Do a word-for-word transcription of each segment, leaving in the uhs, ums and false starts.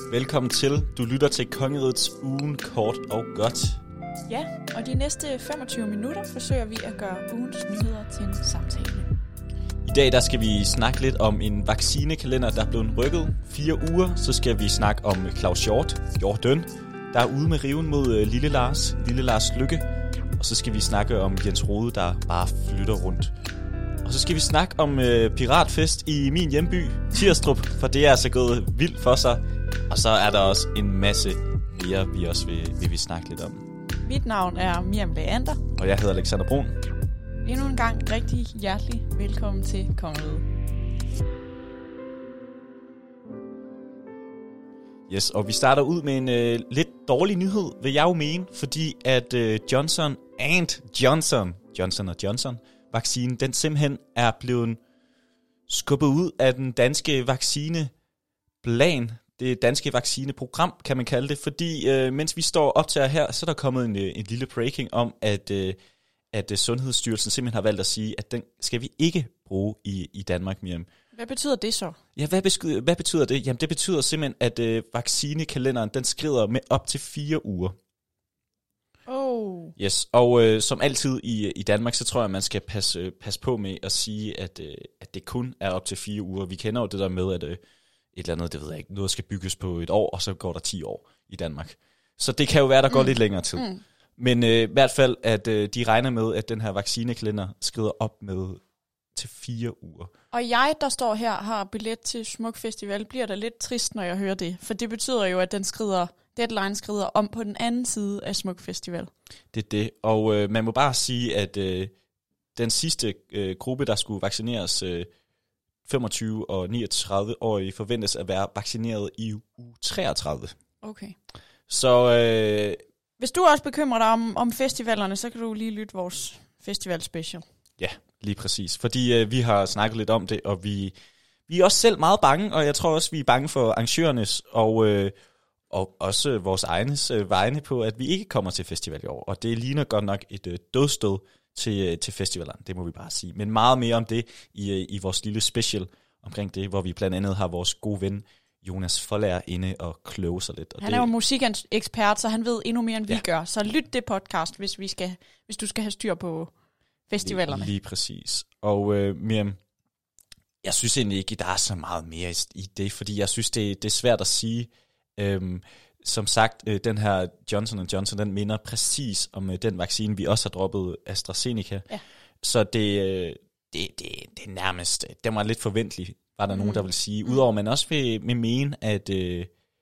Velkommen til. Du lytter til Kongerigets Ugen Kort og Godt. Ja, og de næste femogtyve minutter forsøger vi at gøre ugens nyheder til en samtale. I dag der skal vi snakke lidt om en vaccinekalender, der er blevet rykket fire uger. Så skal vi snakke om Claus Hjort, Hjortøn, der er ude med riven mod Lille Lars, Lille Lars Lykke. Og så skal vi snakke om Jens Rode, der bare flytter rundt. Og så skal vi snakke om øh, piratfest i min hjemby, Tirstrup, for det er altså gået vildt for sig. Og så er der også en masse mere, vi også vil, vil vi snakke lidt om. Mit navn er Miriam Leander. Og jeg hedder Alexander Brun. Endnu en gang rigtig hjertelig velkommen til Kongeriget. Yes, og vi starter ud med en øh, lidt dårlig nyhed, vil jeg jo mene, fordi at øh, Johnson and Johnson, Johnson og Johnson, vaccinen, den simpelthen er blevet skubbet ud af den danske vaccineplan, det danske vaccineprogram, kan man kalde det, fordi øh, mens vi står optager her, så er der kommet en, en lille breaking om, at, øh, at øh, Sundhedsstyrelsen simpelthen har valgt at sige, at den skal vi ikke bruge i, i Danmark, Miriam. Hvad betyder det så? Ja, hvad, besky- hvad betyder det? Jamen, det betyder simpelthen, at øh, vaccinekalenderen, den skrider med op til fire uger. Oh. Yes, og øh, som altid i, i Danmark, så tror jeg, man skal passe, øh, passe på med at sige, at, øh, at det kun er op til fire uger. Vi kender jo det der med, at øh, et eller andet, det ved jeg ikke, noget skal bygges på et år, og så går der ti år i Danmark. Så det kan jo være, der går mm. lidt længere tid. Mm. Men øh, i hvert fald, at øh, de regner med, at den her vaccinekalender skrider op med til fire uger. Og jeg, der står her, har billet til Smuk Festival, bliver da lidt trist, når jeg hører det. For det betyder jo, at den skrider, deadline skrider om på den anden side af Smuk Festival. Det er det. Og øh, man må bare sige, at øh, den sidste øh, gruppe, der skulle vaccineres, øh, femogtyve og niogtredive-årige, forventes at være vaccineret i uge treogtredive. Okay. Så øh, hvis du også bekymrer dig om, om festivalerne, så kan du lige lytte vores festival special. Ja, lige præcis. Fordi øh, vi har snakket lidt om det, og vi, vi er også selv meget bange, og jeg tror også, vi er bange for arrangørernes og, øh, og også vores egnes øh, vegne på, at vi ikke kommer til festival i år. Og det ligner godt nok et øh, dødstød til, øh, til festivalerne, det må vi bare sige. Men meget mere om det i, øh, i vores lille special omkring det, hvor vi blandt andet har vores gode ven Jonas Forlager inde og kloge sig lidt. Og han det, er jo musikekspert, så han ved endnu mere, end vi ja. gør. Så lyt det podcast, hvis, vi skal, hvis du skal have styr på festivalerne. Lige, lige præcis. Og øh, Miriam, jeg synes egentlig ikke, der er så meget mere i det, fordi jeg synes, det, det er svært at sige. Øhm, som sagt, øh, den her Johnson and Johnson, den minder præcis om øh, den vaccine, vi også har droppet, AstraZeneca. Ja. Så det, øh, det, det, det er nærmest, det var lidt forventeligt, var der mm. nogen, der vil sige. Mm. Udover man også vil, vil mene, at, øh,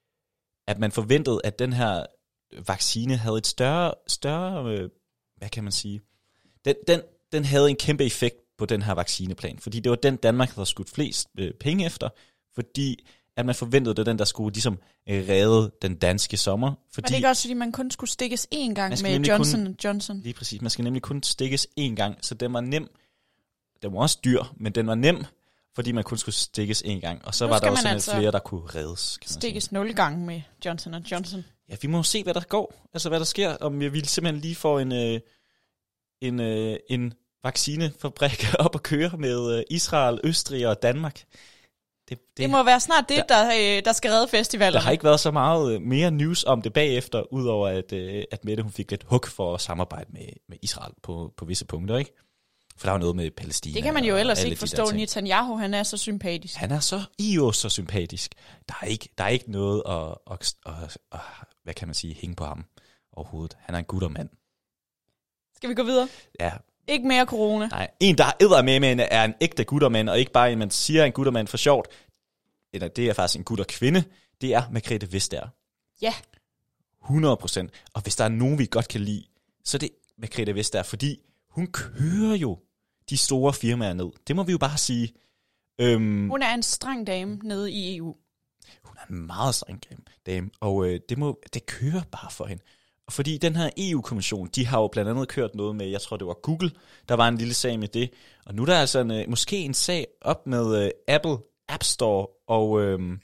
at man forventede, at den her vaccine havde et større, større øh, hvad kan man sige, den, den, den havde en kæmpe effekt på den her vaccineplan, fordi det var den, Danmark havde skudt flest øh, penge efter, fordi at man forventede, det den, der skulle ligesom redde den danske sommer. Fordi men det er ikke også, fordi man kun skulle stikkes én gang med Johnson and Johnson? Lige præcis, man skal nemlig kun stikkes én gang, så den var nem. Den var også dyr, men den var nem, fordi man kun skulle stikkes én gang, og så nu var der også altså flere, der kunne reddes. Kan man stikkes sige. nul gange med Johnson and Johnson. Ja, vi må se, hvad der går, altså hvad der sker, om vi vil simpelthen lige få en, øh, en, øh, en vaccinefabrik op at køre med øh, Israel, Østrig og Danmark. Det, det, det må være snart det, der, der, der skal redde festivalerne. Der har ikke været så meget mere news om det bagefter, udover at, at Mette hun fik lidt hug for at samarbejde med, med Israel på, på visse punkter, ikke? For der var noget med Palæstina. Det kan man jo ellers ikke forstå. Netanyahu, han er så sympatisk. Han er så I jo så sympatisk. Der er ikke, der er ikke noget at, at, at, at, hvad kan man sige, hænge på ham overhovedet. Han er en guttermand. Skal vi gå videre? Ja. Ikke mere corona. Nej, en der eddermame er en ægte guttermand, og ikke bare en, man siger en guttermand for sjovt. Eller det er faktisk en gutterkvinde. Det er Margrethe Vestager. Ja. hundrede procent. Og hvis der er nogen, vi godt kan lide, så er det Margrethe Vestager, fordi hun kører jo de store firmaer ned. Det må vi jo bare sige. Øhm, hun er en streng dame nede i E U. Hun er en meget streng dame, og øh, det, må, det kører bare for hende. Fordi den her E U-kommission, de har jo blandt andet kørt noget med, jeg tror det var Google, der var en lille sag med det. Og nu er der altså en, måske en sag op med øh, Apple App Store, og, øh,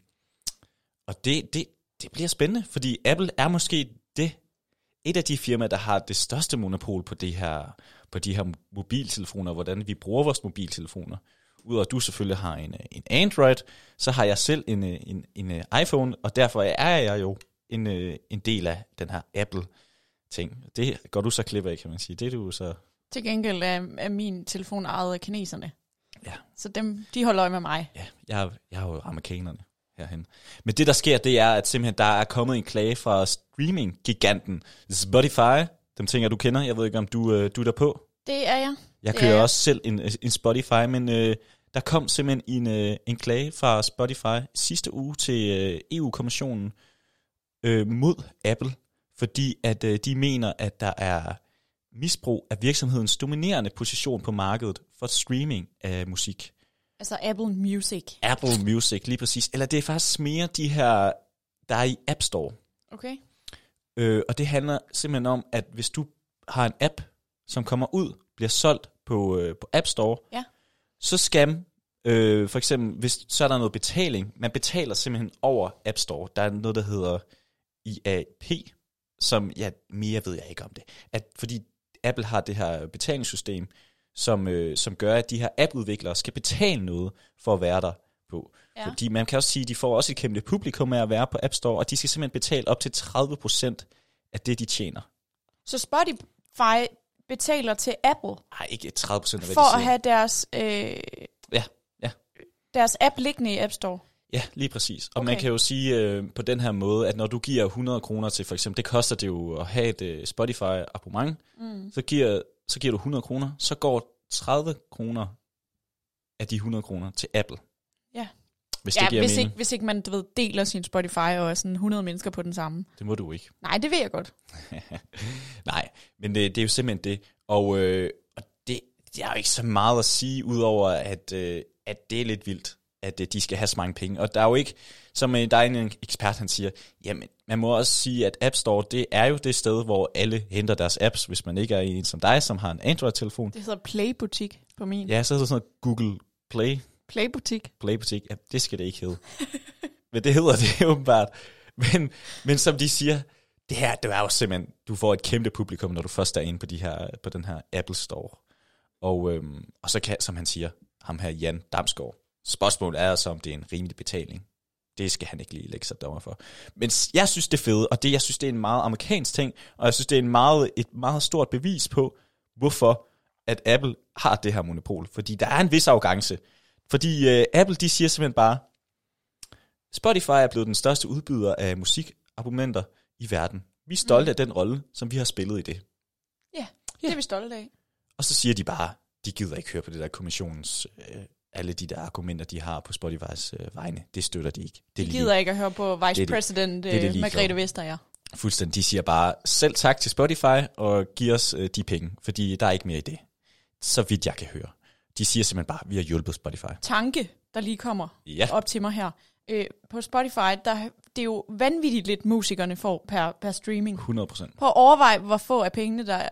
og det, det, det bliver spændende, fordi Apple er måske det, et af de firmaer, der har det største monopol på, det her, på de her mobiltelefoner, hvordan vi bruger vores mobiltelefoner. udover at du selvfølgelig har en, en Android, så har jeg selv en, en, en, en iPhone, og derfor er jeg jo en, en del af den her Apple-ting. Det går du så klip af, kan man sige. Det er du så... Til gengæld er, er min telefon ejet af kineserne. Ja. Så dem, de holder øje med mig. Ja, jeg har, jeg har jo amerikanerne herhen. Men det, der sker, det er, at simpelthen der er kommet en klage fra streaming-giganten Spotify. Dem tænker du kender. Jeg ved ikke, om du, øh, du er der på. Det er jeg. Jeg det kører jeg. også selv en, en Spotify, men øh, der kom simpelthen en, øh, en klage fra Spotify sidste uge til øh, E U-kommissionen øh, mod Apple, fordi at øh, de mener, at der er misbrug af virksomhedens dominerende position på markedet for streaming af musik. Altså Apple Music. Apple Music, lige præcis. Eller det er faktisk mere de her, der er i App Store. Okay. Øh, og det handler simpelthen om, at hvis du har en app, som kommer ud, bliver solgt på, øh, på App Store, ja. så skal øh, for eksempel, hvis så er der noget betaling, man betaler simpelthen over App Store. Der er noget, der hedder I A P, som, ja, mere ved jeg ikke om det. At, fordi Apple har det her betalingssystem, som, øh, som gør, at de her appudviklere skal betale noget for at være der på. Ja. Fordi man kan også sige, at de får også et kæmpe publikum af at være på App Store, og de skal simpelthen betale op til tredive procent af det, de tjener. Så Spotify betaler til Apple? Nej, ikke tredive procent af hvad for de siger. At have deres, øh, ja, ja. deres app liggende i App Store? Ja, lige præcis. Og okay. Man kan jo sige øh, på den her måde, at når du giver hundrede kroner til, for eksempel, det koster det jo at have et øh, Spotify-abonnement, mm. så, giver, så giver du hundrede kroner, så går tredive kroner af de hundrede kroner til Apple. Ja, hvis, ja, det giver hvis, mening. ikke, hvis ikke man du ved, deler sin Spotify og er sådan hundrede mennesker på den samme. Det må du ikke. Nej, det ved jeg godt. Nej, men det, det er jo simpelthen det. Og, øh, og det, det er jo ikke så meget at sige, udover at, øh, at det er lidt vildt, at øh, de skal have så mange penge. Og der er jo ikke, som øh, der er en ekspert, han siger, jamen man må også sige, at App Store, det er jo det sted, hvor alle henter deres apps, hvis man ikke er en som dig, som har en Android-telefon. Det hedder Playbutik på min. Ja, så hedder det sådan noget Google Play. Playbutik. Playbutik, ja, det skal det ikke hedde. Men det hedder det åbenbart. Men, men som de siger, det her, det er jo simpelthen, du får et kæmpe publikum, når du først er inde på, de her, på den her Apple Store. Og, øhm, og så kan, som han siger, ham her Jan Damsgaard, spørgsmålet er så, om det er en rimelig betaling. Det skal han ikke lige lægge sig dommer for. Men jeg synes, det er fedt, og det, jeg synes, det er en meget amerikansk ting, og jeg synes, det er en meget, et meget stort bevis på, hvorfor at Apple har det her monopol. Fordi der er en vis arrogance. Fordi øh, Apple, de siger simpelthen bare, Spotify er blevet den største udbyder af musikabonnementer i verden. Vi er stolte mm. af den rolle, som vi har spillet i det. Ja, det er vi stolte af. Og så siger de bare, de gider ikke høre på det der kommissionens, øh, alle de der argumenter, de har på Spotifys øh, vegne. Det støtter de ikke. Det de gider ikke at høre på Vice President øh, Margrethe Vestager. Fuldstændig. De siger bare, selv tak til Spotify, og giv os øh, de penge, fordi der er ikke mere i det. Så vidt jeg kan høre. De siger simpelthen bare, vi har hjulpet Spotify. Tanke, der lige kommer ja. op til mig her. Øh, på Spotify, der, det er jo vanvittigt lidt, musikerne får per, per streaming. hundrede procent. Prøv at overveje, hvor få af pengene, der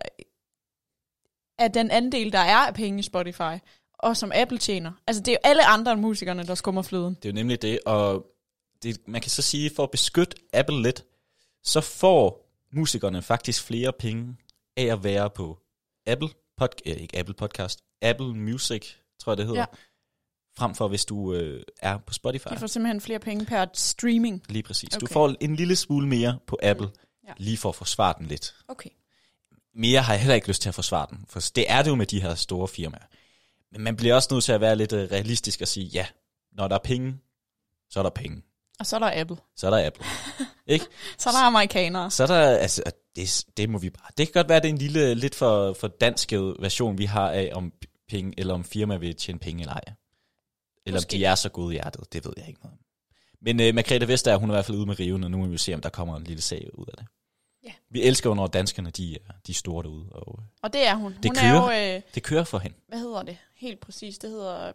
er den andel, der er af penge i Spotify, og som Apple tjener. Altså, det er jo alle andre end musikerne, der skummer fløden. Det er jo nemlig det, og det, man kan så sige, for at beskytte Apple lidt, så får musikerne faktisk flere penge af at være på Apple Podcast, ikke Apple Podcast, Apple Music, tror jeg det hedder, ja. Frem for hvis du øh, er på Spotify. De får simpelthen flere penge per streaming. Lige præcis. Okay. Du får en lille smule mere på Apple, ja. Lige for at forsvare den lidt. Okay. Mere har jeg heller ikke lyst til at forsvare den, for det er det jo med de her store firmaer. Men man bliver også nødt til at være lidt realistisk og sige, ja, når der er penge, så er der penge. Og så er der Apple. Så er der Apple. Ikke? Så er der amerikanere. Så er der, altså, det, det må vi bare. Det kan godt være, at det er en lille, lidt for, for dansket version, vi har af, om penge, eller om firma vil tjene penge eller ej. Eller Måske. Om de er så gode hjertet, det ved jeg ikke noget om. Men uh, Margrethe Vestager, hun er i hvert fald ude med riven, og nu må vi jo se, om der kommer en lille sag ud af det. Yeah. Vi elsker jo, når danskerne, de, de er store derude. Og, og det er hun. Det, hun kører, er jo, øh, det kører for hende. Hvad hedder det? Helt præcis. Det hedder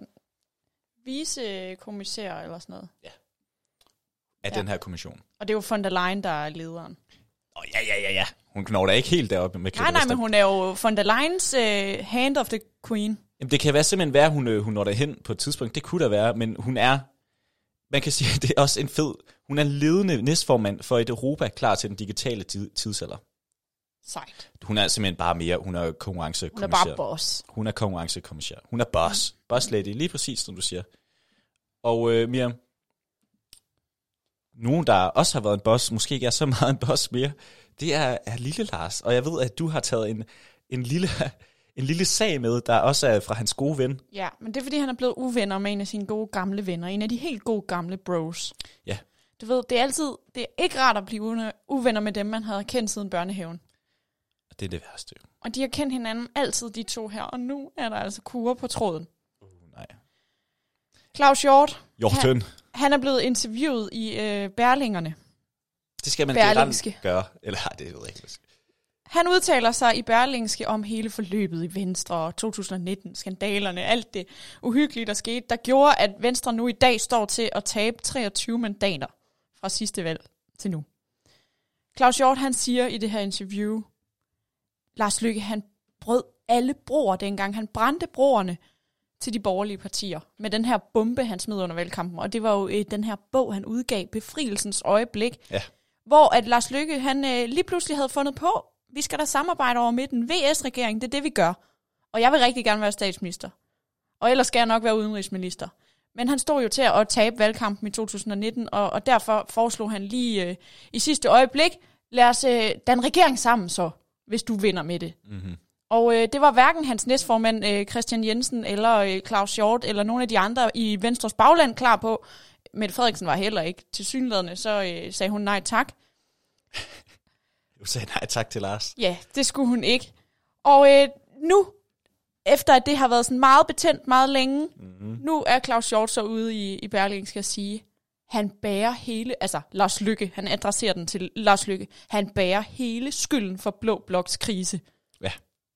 vicekommissær eller sådan noget. Ja. Af ja. Den her kommission. Og det er jo von der Leyen, der er lederen. Åh, oh, ja, ja, ja, ja. Hun knogler ikke helt deroppe med Nej, nej, men hun er jo von der Leyens uh, hand of the queen. Jamen, det kan være simpelthen være, at hun, hun når derhen på et tidspunkt. Det kunne da være, men hun er, man kan sige, det er også en fed, hun er ledende næstformand for et Europa klar til den digitale tid, tidsalder. Sejt. Hun er simpelthen bare mere, hun er konkurrencekommissær. Hun er bare boss. Hun er konkurrencekommissær. Hun er boss. Mm. Boss lady, lige præcis, som du siger. Og øh, Miriam, nogen, der også har været en boss, måske ikke er så meget en boss mere, det er, er lille Lars. Og jeg ved, at du har taget en, en, lille, en lille sag med, der også er fra hans gode ven. Ja, men det er, fordi han er blevet uvenner med en af sine gode gamle venner. En af de helt gode gamle bros. Ja. Du ved, det er altid, det er ikke rart at blive uvenner med dem, man havde kendt siden børnehaven. Det er det værste. Og de har kendt hinanden altid, de to her. Og nu er der altså kurre på tråden. Uh, nej. Claus Hjort. Hjorten. Han, han er blevet interviewet i øh, Berlingerne. Det skal man Berlingske. gøre. Eller det ved jeg ikke. Han udtaler sig i Berlingske om hele forløbet i Venstre og to tusind nitten, skandalerne, alt det uhyggelige, der skete, der gjorde, at Venstre nu i dag står til at tabe treogtyve mandater fra sidste valg til nu. Claus Hjort, han siger i det her interview, Lars Løkke, han brød alle broer dengang. Han brændte broerne til de borgerlige partier med den her bombe, han smed under valgkampen. Og det var jo øh, den her bog, han udgav, Befrielsens øjeblik, ja. Hvor at Lars Løkke, han øh, lige pludselig havde fundet på, vi skal da samarbejde over midten. V S-regering, det er det, vi gør. Og jeg vil rigtig gerne være statsminister. Og ellers skal jeg nok være udenrigsminister. Men han stod jo til at tabe valgkampen i to tusind nitten, og, og derfor foreslog han lige øh, i sidste øjeblik, lad os øh, danne regering sammen så, hvis du vinder med det. Mm-hmm. Og øh, det var hverken hans næstformand øh, Christian Jensen eller øh, Claus Hjort eller nogle af de andre i Venstres bagland klar på. Mette Frederiksen var heller ikke. Tilsyneladende så øh, sagde hun nej tak. Du sagde nej tak til Lars. Ja, det skulle hun ikke. Og øh, nu, efter at det har været sådan meget betændt meget længe, mm-hmm. nu er Claus Hjort så ude i, i Berlingske, skal jeg sige, han bærer hele, altså Lars Løkke, han adresserer den til Lars Løkke, han bærer hele skylden for Blå Bloks krise. Ja.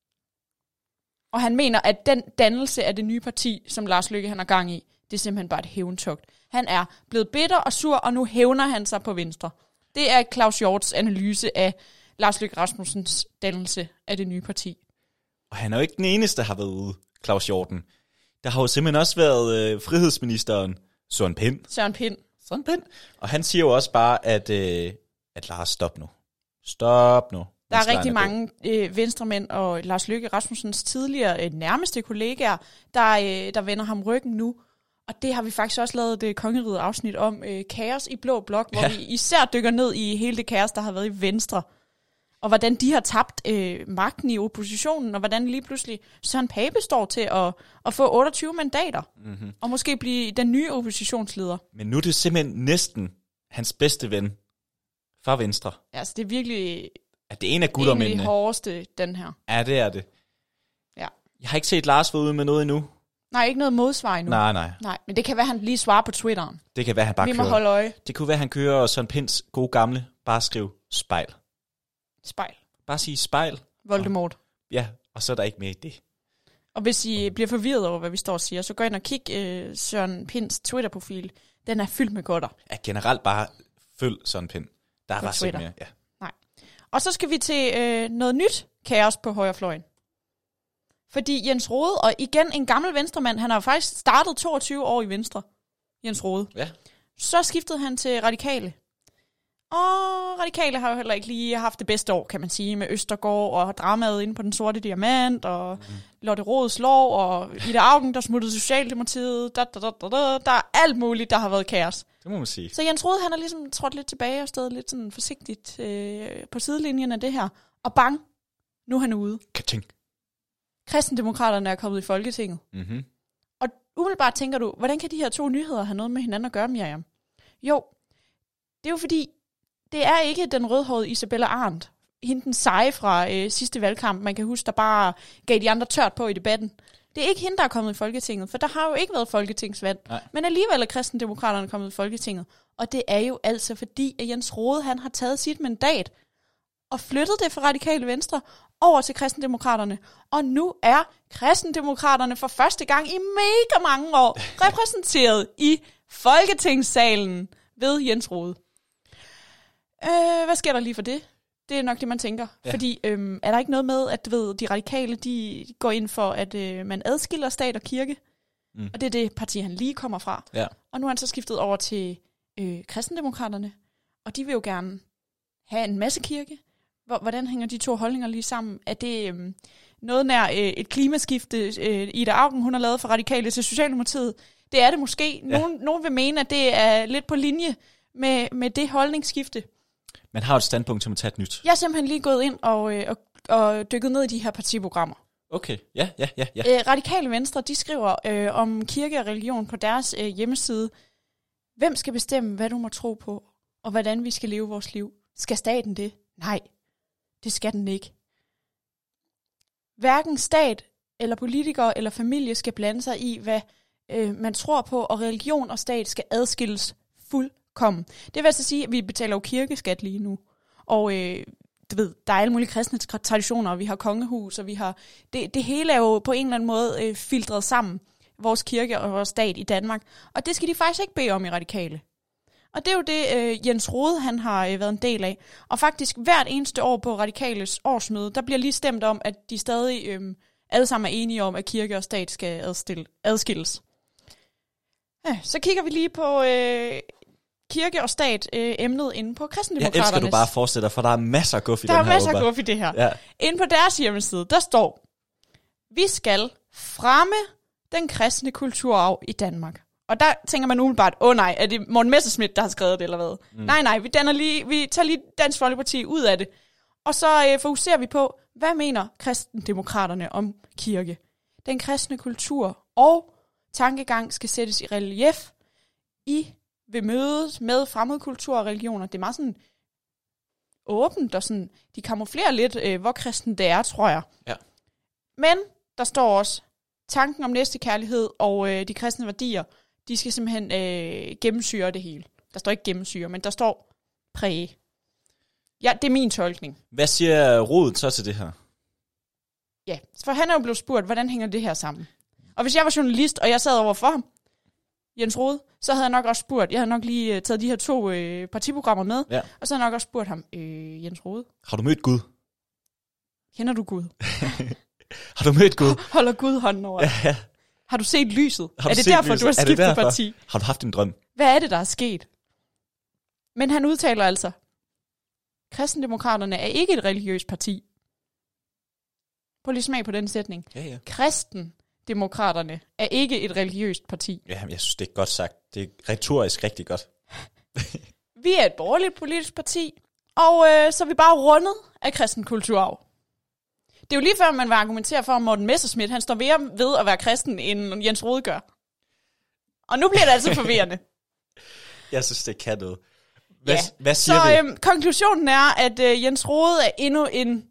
Og han mener, at den dannelse af det nye parti, som Lars Løkke han har gang i, det er simpelthen bare et hævntogt. Han er blevet bitter og sur, og nu hævner han sig på Venstre. Det er Claus Hjorts analyse af Lars Løkke Rasmussens dannelse af det nye parti. Og han er jo ikke den eneste, der har været ude, Claus Hjorten. Der har jo simpelthen også været øh, frihedsministeren Søren Pind. Søren Pind. Søren Pind. Og han siger jo også bare, at, øh, at Lars, stop nu. Stop nu. Der er rigtig mange øh, venstremænd og Lars Løkke Rasmussens tidligere øh, nærmeste kollegaer, der, øh, der vender ham ryggen nu. Og det har vi faktisk også lavet det kongeriget afsnit om, øh, kaos i Blå Blok, hvor ja. vi især dykker ned i hele det kaos, der har været i Venstre. Og hvordan de har tabt øh, magten i oppositionen, og hvordan lige pludselig Søren Pape står til at, at få otteogtyve mandater, mm-hmm. og måske blive den nye oppositionsleder. Men nu er det simpelthen næsten hans bedste ven fra Venstre. Altså det er virkelig ja, det er en af en af de hårdeste, den her. Ja, det er det. Ja. Jeg har ikke set Lars være ude med noget endnu. Nej, ikke noget modsvar endnu. Nej, nej. Nej, men det kan være, han lige svarer på Twitteren. Det kan være, han bare Vi kører. må holde øje. Det kunne være, han kører Søren Pinds gode gamle, bare skrive spejl. Spejl. Bare sige spejl. Voldemort. Og, ja, og så er der ikke mere i det. Og hvis I bliver forvirret over, hvad vi står og siger, så gå ind og kig øh, Søren Pinds Twitter-profil. Den er fyldt med godter. Ja, generelt bare følg Søren Pind. Der er bare mere. Ja. Nej. Og så skal vi til øh, noget nyt kaos på højrefløjen. Fordi Jens Rohde, og igen en gammel venstremand, han har faktisk startet toogtyve år i Venstre, Jens Rohde. Ja. Så skiftede han til Radikale. Og Radikale har jo heller ikke lige haft det bedste år, kan man sige, med Østergaard og dramaet inde på Den Sorte Diamant, og mm. Lotte Rods lov, og Ida Augen, der smuttede Socialdemokratiet, da, da, da, da, da. Der er alt muligt, der har været kaos. Det må man sige. Så Jens Rohde, han har ligesom trådt lidt tilbage og stået lidt sådan forsigtigt øh, på sidelinjen af det her. Og bang, nu er han ude. Ka-ting. Kristendemokraterne er kommet i Folketinget. Mm-hmm. Og umiddelbart tænker du, hvordan kan de her to nyheder have noget med hinanden at gøre, Miriam? Jo, det er jo fordi, det er ikke den rødhårede Isabella Arendt, hende den seje fra øh, sidste valgkamp, man kan huske, der bare gav de andre tørt på i debatten. Det er ikke hende, der er kommet i Folketinget, for der har jo ikke været folketingsvalg. Nej. Men alligevel er Kristendemokraterne kommet i Folketinget. Og det er jo altså fordi, at Jens Rohde, han har taget sit mandat og flyttet det fra Radikale Venstre over til Kristendemokraterne. Og nu er Kristendemokraterne for første gang i mega mange år repræsenteret i Folketingssalen ved Jens Rohde. Øh, hvad sker der lige for det? Det er nok det, man tænker. Ja. Fordi øhm, er der ikke noget med, at du ved, de radikale de går ind for, at øh, man adskiller stat og kirke? Mm. Og det er det parti, han lige kommer fra. Ja. Og nu er han så skiftet over til øh, Kristendemokraterne. Og de vil jo gerne have en masse kirke, Hvordan hænger de to holdninger lige sammen? Er det øh, noget nær øh, et klimaskifte, øh, Ida Auken, hun har lavet for Radikale til Socialdemokratiet? Det er det måske. Nogen, ja. nogen vil mene, at det er lidt på linje med, med det holdningsskifte. Man har et standpunkt til at tage et nyt. Jeg er simpelthen lige gået ind og, øh, og, og dykket ned i de her partiprogrammer. Okay, ja, ja, ja. ja. Øh, Radikale Venstre, de skriver øh, om kirke og religion på deres øh, hjemmeside. Hvem skal bestemme, hvad du må tro på, og hvordan vi skal leve vores liv? Skal staten det? Nej, det skal den ikke. Hverken stat eller politikere eller familie skal blande sig i, hvad øh, man tror på, og religion og stat skal adskilles fuldkommen. Det vil altså sige, at vi betaler jo kirkeskat lige nu, og øh, du ved, der er alle mulige kristne traditioner, og vi har kongehus, og vi har det, det hele er jo på en eller anden måde øh, filtreret sammen, vores kirke og vores stat i Danmark, og det skal de faktisk ikke bede om i Radikale. Og det er jo det, øh, Jens Rohde, han har øh, været en del af. Og faktisk hvert eneste år på Radikales årsmøde, der bliver lige stemt om, at de stadig øh, alle sammen er enige om, at kirke og stat skal adstille, adskilles. Ja, så kigger vi lige på øh, kirke og stat øh, emnet inde på Kristendemokraternes. Jeg elsker, du bare fortsætter, for der er masser af guf i der den her. Der er masser af guf i det her. Ja. Inde på deres hjemmeside, der står, vi skal fremme den kristne kulturarv i Danmark. Og der tænker man umiddelbart, åh oh, nej, er det Morten Messerschmidt, der har skrevet det, eller hvad? Mm. Nej, nej, vi, danner lige, vi tager lige Dansk Folkeparti ud af det. Og så øh, fokuserer vi på, hvad mener kristendemokraterne om kirke? Den kristne kultur og tankegang skal sættes i relief i ved mødet med fremmedkultur og religioner. Det er meget sådan åbent, og sådan, de kamuflerer lidt, øh, hvor kristen det er, tror jeg. Ja. Men der står også, tanken om næstekærlighed og øh, de kristne værdier, de skal simpelthen øh, gennemsyre det hele. Der står ikke gennemsyre, men der står præge. Ja, det er min tolkning. Hvad siger Rohde så til det her? Ja, for han er jo blevet spurgt, hvordan hænger det her sammen? Og hvis jeg var journalist, og jeg sad over for ham, Jens Rohde, så havde jeg nok også spurgt, jeg havde nok lige uh, taget de her to øh, partiprogrammer med, ja. Og så havde jeg nok også spurgt ham, øh, Jens Rohde. Har du mødt Gud? Kender du Gud? Har du mødt Gud? Holder Gud hånden over? Ja, ja. Har du set lyset? Har er det derfor, lyset? Du har skiftet parti? Har du haft en drøm? Hvad er det, der er sket? Men han udtaler altså, Kristendemokraterne er ikke et religiøst parti. Prøv lige smag på den sætning. Ja, ja. Kristendemokraterne er ikke et religiøst parti. Ja, jeg synes, det er godt sagt. Det er retorisk rigtig godt. Vi er et borgerligt politisk parti, og øh, så er vi bare rundet af kristen kulturarv. Det er jo lige før, man vil argumentere for, at Morten Messerschmidt, han står mere ved at være kristen, end Jens Rohde gør. Og nu bliver det altså forvirrende. Jeg synes, det kan noget. Hvad, ja. hvad siger så, vi? Øhm, konklusionen er, at øh, Jens Rohde er endnu en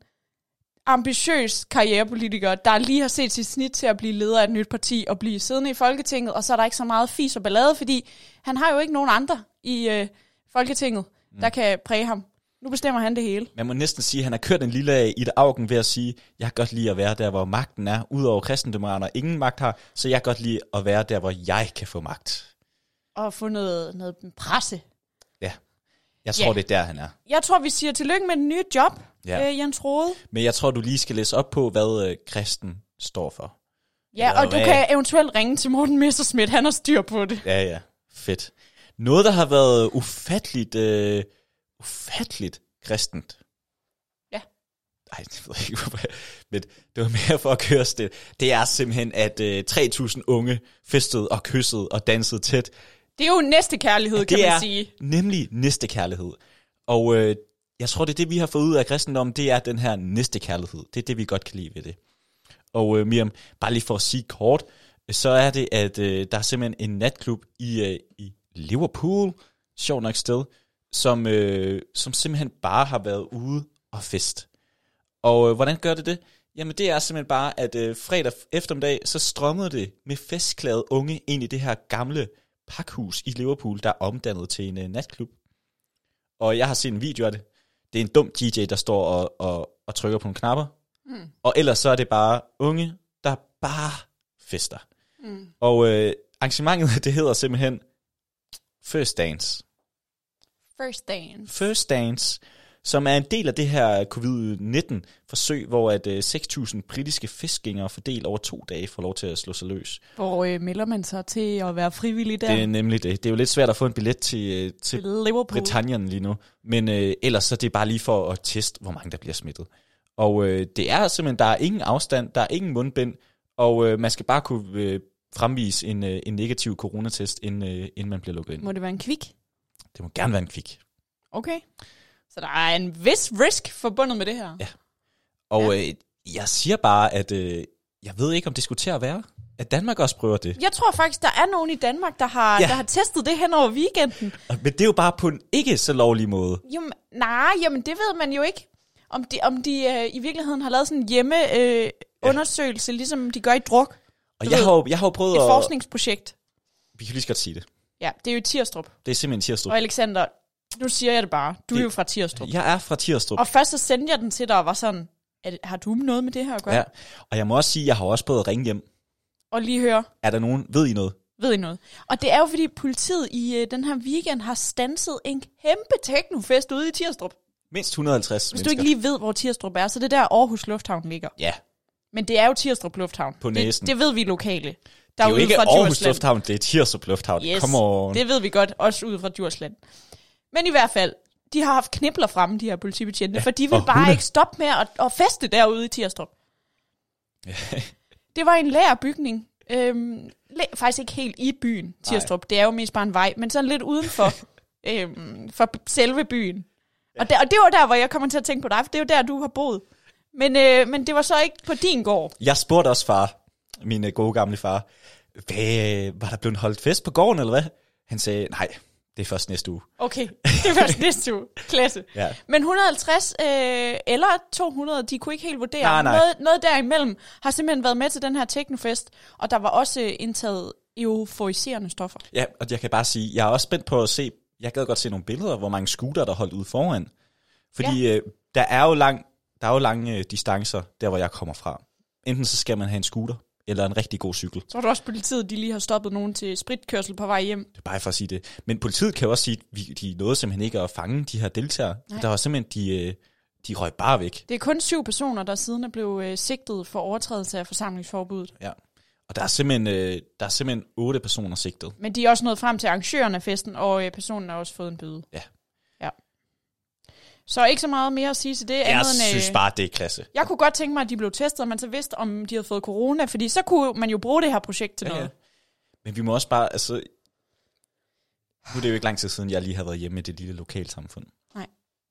ambitiøs karrierepolitiker, der lige har set sit snit til at blive leder af et nyt parti og blive siddende i Folketinget, og så er der ikke så meget fis og ballade, fordi han har jo ikke nogen andre i øh, Folketinget, mm. der kan præge ham. Nu bestemmer han det hele. Man må næsten sige, at han har kørt en lille Ida Auken ved at sige, jeg kan godt lide at være der, hvor magten er. Udover kristendemokraterne ingen magt har, så jeg kan godt lide at være der, hvor jeg kan få magt. Og få noget, noget presse. Ja, jeg tror, ja. Det er der, han er. Jeg tror, vi siger tillykke med den nye job, ja. øh, Jens Rohde. Men jeg tror, du lige skal læse op på, hvad øh, kristen står for. Ja, Eller, og du hvad? Kan eventuelt ringe til Morten Messerschmidt, han har styr på det. Ja, ja, fedt. Noget, der har været ufatteligt... Øh, ufatteligt kristent. Ja. Ej, det ved jeg ikke, hvorfor. Men det var mere for at køre det. Det er simpelthen, at øh, tre tusind unge festede og kyssede og dansede tæt. Det er jo næstekærlighed, ja, kan man sige. Det er nemlig næstekærlighed. Og øh, jeg tror, det er det, vi har fået ud af kristendommen, det er den her næstekærlighed. Det er det, vi godt kan lide ved det. Og øh, Miriam, bare lige for at sige kort, så er det, at øh, der er simpelthen en natklub i, øh, i Liverpool, sjovt nok sted, som, øh, som simpelthen bare har været ude og fest. Og øh, hvordan gør det det? Jamen det er simpelthen bare, at øh, fredag eftermiddag, så strømmede det med festklædede unge ind i det her gamle pakhus i Liverpool, der er omdannet til en øh, natklub. Og jeg har set en video af det. Det er en dum D J, der står og, og, og trykker på nogle knapper. Mm. Og ellers så er det bare unge, der bare fester. Mm. Og øh, arrangementet, det hedder simpelthen First Dance. First Dance. First Dance. som er en del af det her covid nitten-forsøg, hvor at øh, seks tusind britiske festgængere fordelt over to dage får lov til at slå sig løs. Hvor øh, melder man sig til at være frivillig der? Det er nemlig det. Det er jo lidt svært at få en billet til, øh, til, til Britannien lige nu, men øh, ellers så er det bare lige for at teste, hvor mange der bliver smittet. Og øh, det er simpelthen, der er ingen afstand, der er ingen mundbind, og øh, man skal bare kunne øh, fremvise en, øh, en negativ coronatest, inden, øh, inden man bliver lukket ind. Må det være en kvik? Det må gerne være en kvik. Okay. Så der er en vis risk forbundet med det her. Ja. Og ja. Øh, jeg siger bare, at øh, jeg ved ikke, om det skulle til at være, at Danmark også prøver det. Jeg tror faktisk, der er nogen i Danmark, der har, ja. der har testet det hen over weekenden. Men det er jo bare på en ikke så lovlig måde. Jamen, nej, jamen det ved man jo ikke. Om de, om de øh, i virkeligheden har lavet sådan en hjemmeundersøgelse, øh, ja. ligesom de gør i druk. Og jeg har, jeg har prøvet et at... forskningsprojekt. Vi kan lige så godt sige det. Ja, det er jo Tirstrup. Det er simpelthen Tirstrup. Og Alexander, nu siger jeg det bare. Du det, er jo fra Tirstrup. Jeg er fra Tirstrup. Og først så sendte jeg den til dig og var sådan, det, har du noget med det her at gøre? Ja, og jeg må også sige, at jeg har også prøvet at ringe hjem. Og lige høre. Er der nogen, ved I noget? Ved I noget? Og det er jo fordi politiet i øh, den her weekend har standset en kæmpe teknofest ude i Tirstrup. Mindst et hundrede og halvtreds Hvis mennesker. du ikke lige ved, hvor Tirstrup er, så det er der Aarhus Lufthavn ligger. Ja. Men det er jo Tirstrup Lufthavn. På næsen. Det, det ved vi lokale. Det er jo ikke Aarhus Lufthavn, det er Tirstrup Lufthavn. Yes, Come on. Det ved vi godt, også ude fra Djursland. Men i hvert fald, de har haft knibler fremme, de her politibetjente, ja, for de vil bare hunde. ikke stoppe med at, at feste derude i Tirstrup. Det var en lærerbygning. Øhm, faktisk ikke helt i byen, Tirstrup. Nej. Det er jo mest bare en vej, men sådan lidt udenfor øhm, for selve byen. Ja. Og, der, og det var der, hvor jeg kommer til at tænke på dig, for det er jo der, du har boet. Men, øh, men det var så ikke på din gård. Jeg spurgte også far, min øh, gode gamle far, hvad, var der blevet holdt fest på gården, eller hvad? Han sagde, nej, det er først næste uge. Okay, det er først næste uge. Klasse. Ja. Men et hundrede og halvtreds øh, eller to hundrede, de kunne ikke helt vurdere. Nej, nej. Noget, noget derimellem har simpelthen været med til den her teknofest, og der var også øh, indtaget euforiserende stoffer. Ja, og jeg kan bare sige, jeg er også spændt på at se, jeg gad godt se nogle billeder, hvor mange scooter, der holdt ude foran. Fordi ja. øh, der er jo lang, der er jo lange øh, distancer, der hvor jeg kommer fra. Enten så skal man have en scooter, eller en rigtig god cykel. Så var det også politiet, de lige har stoppet nogen til spritkørsel på vej hjem. Det er bare for at sige det. Men politiet kan jo også sige, at de nåede simpelthen ikke at fange de her deltagere. Der var simpelthen, de, de røg bare væk. Det er kun syv personer, der siden er blevet sigtet for overtrædelse af forsamlingsforbuddet. Ja, og der er simpelthen, der er simpelthen otte personer sigtet. Men de er også nået frem til arrangøren af festen, og personen har også fået en bøde. Ja. Ja. Så ikke så meget mere at sige til det. Jeg andet synes bare, det er klasse. Jeg kunne godt tænke mig, at de blev testet, og man så vidste, om de havde fået corona, fordi så kunne man jo bruge det her projekt til ja, noget. Ja. Men vi må også bare, altså, nu er det jo ikke lang tid siden, jeg lige har været hjemme i det lille lokalsamfund. Nej.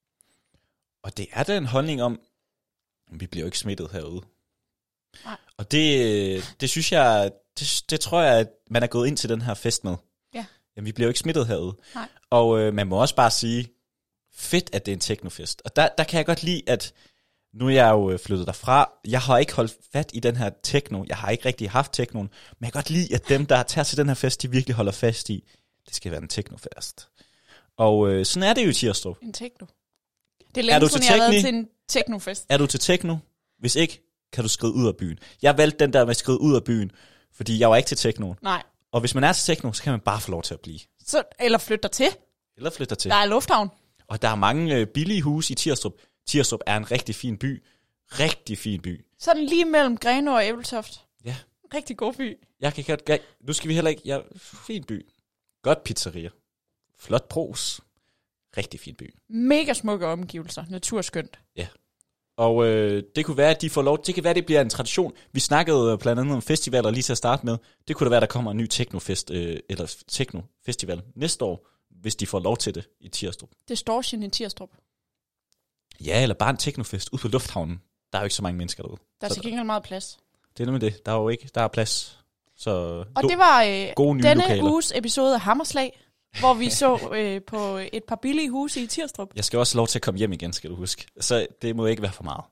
Og det er da en holdning om, at vi bliver jo ikke smittet herude. Nej. Og det, det synes jeg, det, det tror jeg, at man er gået ind til den her fest med. Ja. Jamen, vi bliver jo ikke smittet herude. Nej. Og øh, man må også bare sige, fedt, at det er en teknofest. Og der, der kan jeg godt lide, at nu er jeg jo flyttet derfra. Jeg har ikke holdt fat i den her techno. Jeg har ikke rigtig haft technoen. Men jeg kan godt lide, at dem, der tager til den her fest, de virkelig holder fast i, det skal være en teknofest. Og øh, sådan er det jo i Tirstrup. En techno. Det er længe siden, jeg har været til en teknofest. Er du til techno? Hvis ikke, kan du skride ud af byen. Jeg valgte den der med at skride ud af byen, fordi jeg var ikke til techno. Nej. Og hvis man er til techno, så kan man bare få lov til at blive. Så, eller flytte dig til. Eller flytte dig til. Der er lufthavn. Og der er mange øh, billige huse i Tirstrup. Tirstrup er en rigtig fin by. Rigtig fin by. Sådan lige mellem Grenaa og Æbeltoft. Ja. Rigtig god by. Jeg kan godt... Jeg, nu skal vi heller ikke... Ja, fin by. Godt pizzeria. Flot pros. Rigtig fin by. Mega smukke omgivelser. Naturskønt. Ja. Og øh, det kunne være, at de får lov... Det kan være, at det bliver en tradition. Vi snakkede blandt andet om festivaler lige til at starte med. Det kunne da være, at der kommer en ny technofest, øh, eller technofestival næste år, hvis de får lov til det i Tirstrup. Distortion i Tirstrup. Ja, eller bare en technofest ude på lufthavnen. Der er jo ikke så mange mennesker derude. Der er til gengæld meget plads. Det er nemlig det. Der er jo ikke... Der er plads. Så og det var øh, gode nye denne lokaler. Uges episode af Hammerslag, hvor vi så øh, på et par billige huse i Tirstrup. Jeg skal også lov til at komme hjem igen, skal du huske. Så det må ikke være for meget.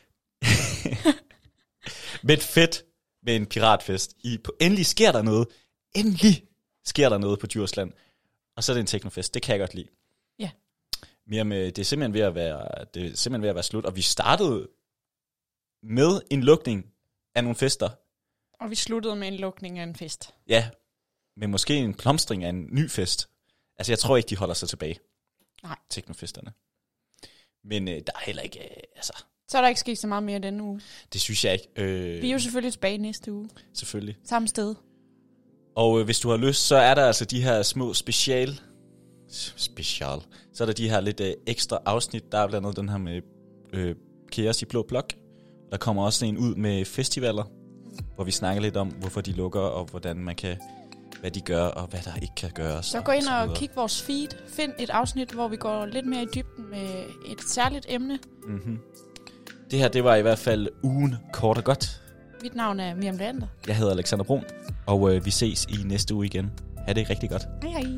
Men fedt med en piratfest. I, på, endelig sker der noget. Endelig sker der noget på Djursland. Og så er det en teknofest. Det kan jeg godt lide. Ja. Mere med, det er simpelthen ved at være, det er simpelthen ved at være slut. Og vi startede med en lukning af nogle fester. Og vi sluttede med en lukning af en fest. Ja, men måske en blomstring af en ny fest. Altså, jeg tror ikke, de holder sig tilbage. Nej. Teknofesterne. Men øh, der er heller ikke, øh, altså, Så er der ikke sket så meget mere denne uge. det synes jeg ikke. Øh, Vi er jo selvfølgelig tilbage næste uge. Selvfølgelig. Samme sted. Og øh, hvis du har lyst, så er der altså de her små special, special, så er der de her lidt øh, ekstra afsnit. Der er blandt andet den her med øh, Kaos i Blå Blok. Der kommer også en ud med festivaler, hvor vi snakker lidt om, hvorfor de lukker, og hvordan man kan, hvad de gør, og hvad der ikke kan gøres. Så gå ind og kig vores feed. Find et afsnit, hvor vi går lidt mere i dybden med et særligt emne. Mm-hmm. Det her, det var i hvert fald ugen kort og godt. Mit navn er Miriam Leander. Jeg hedder Alexander Brun, og øh, vi ses i næste uge igen. Ha' det rigtig godt. Hej hej.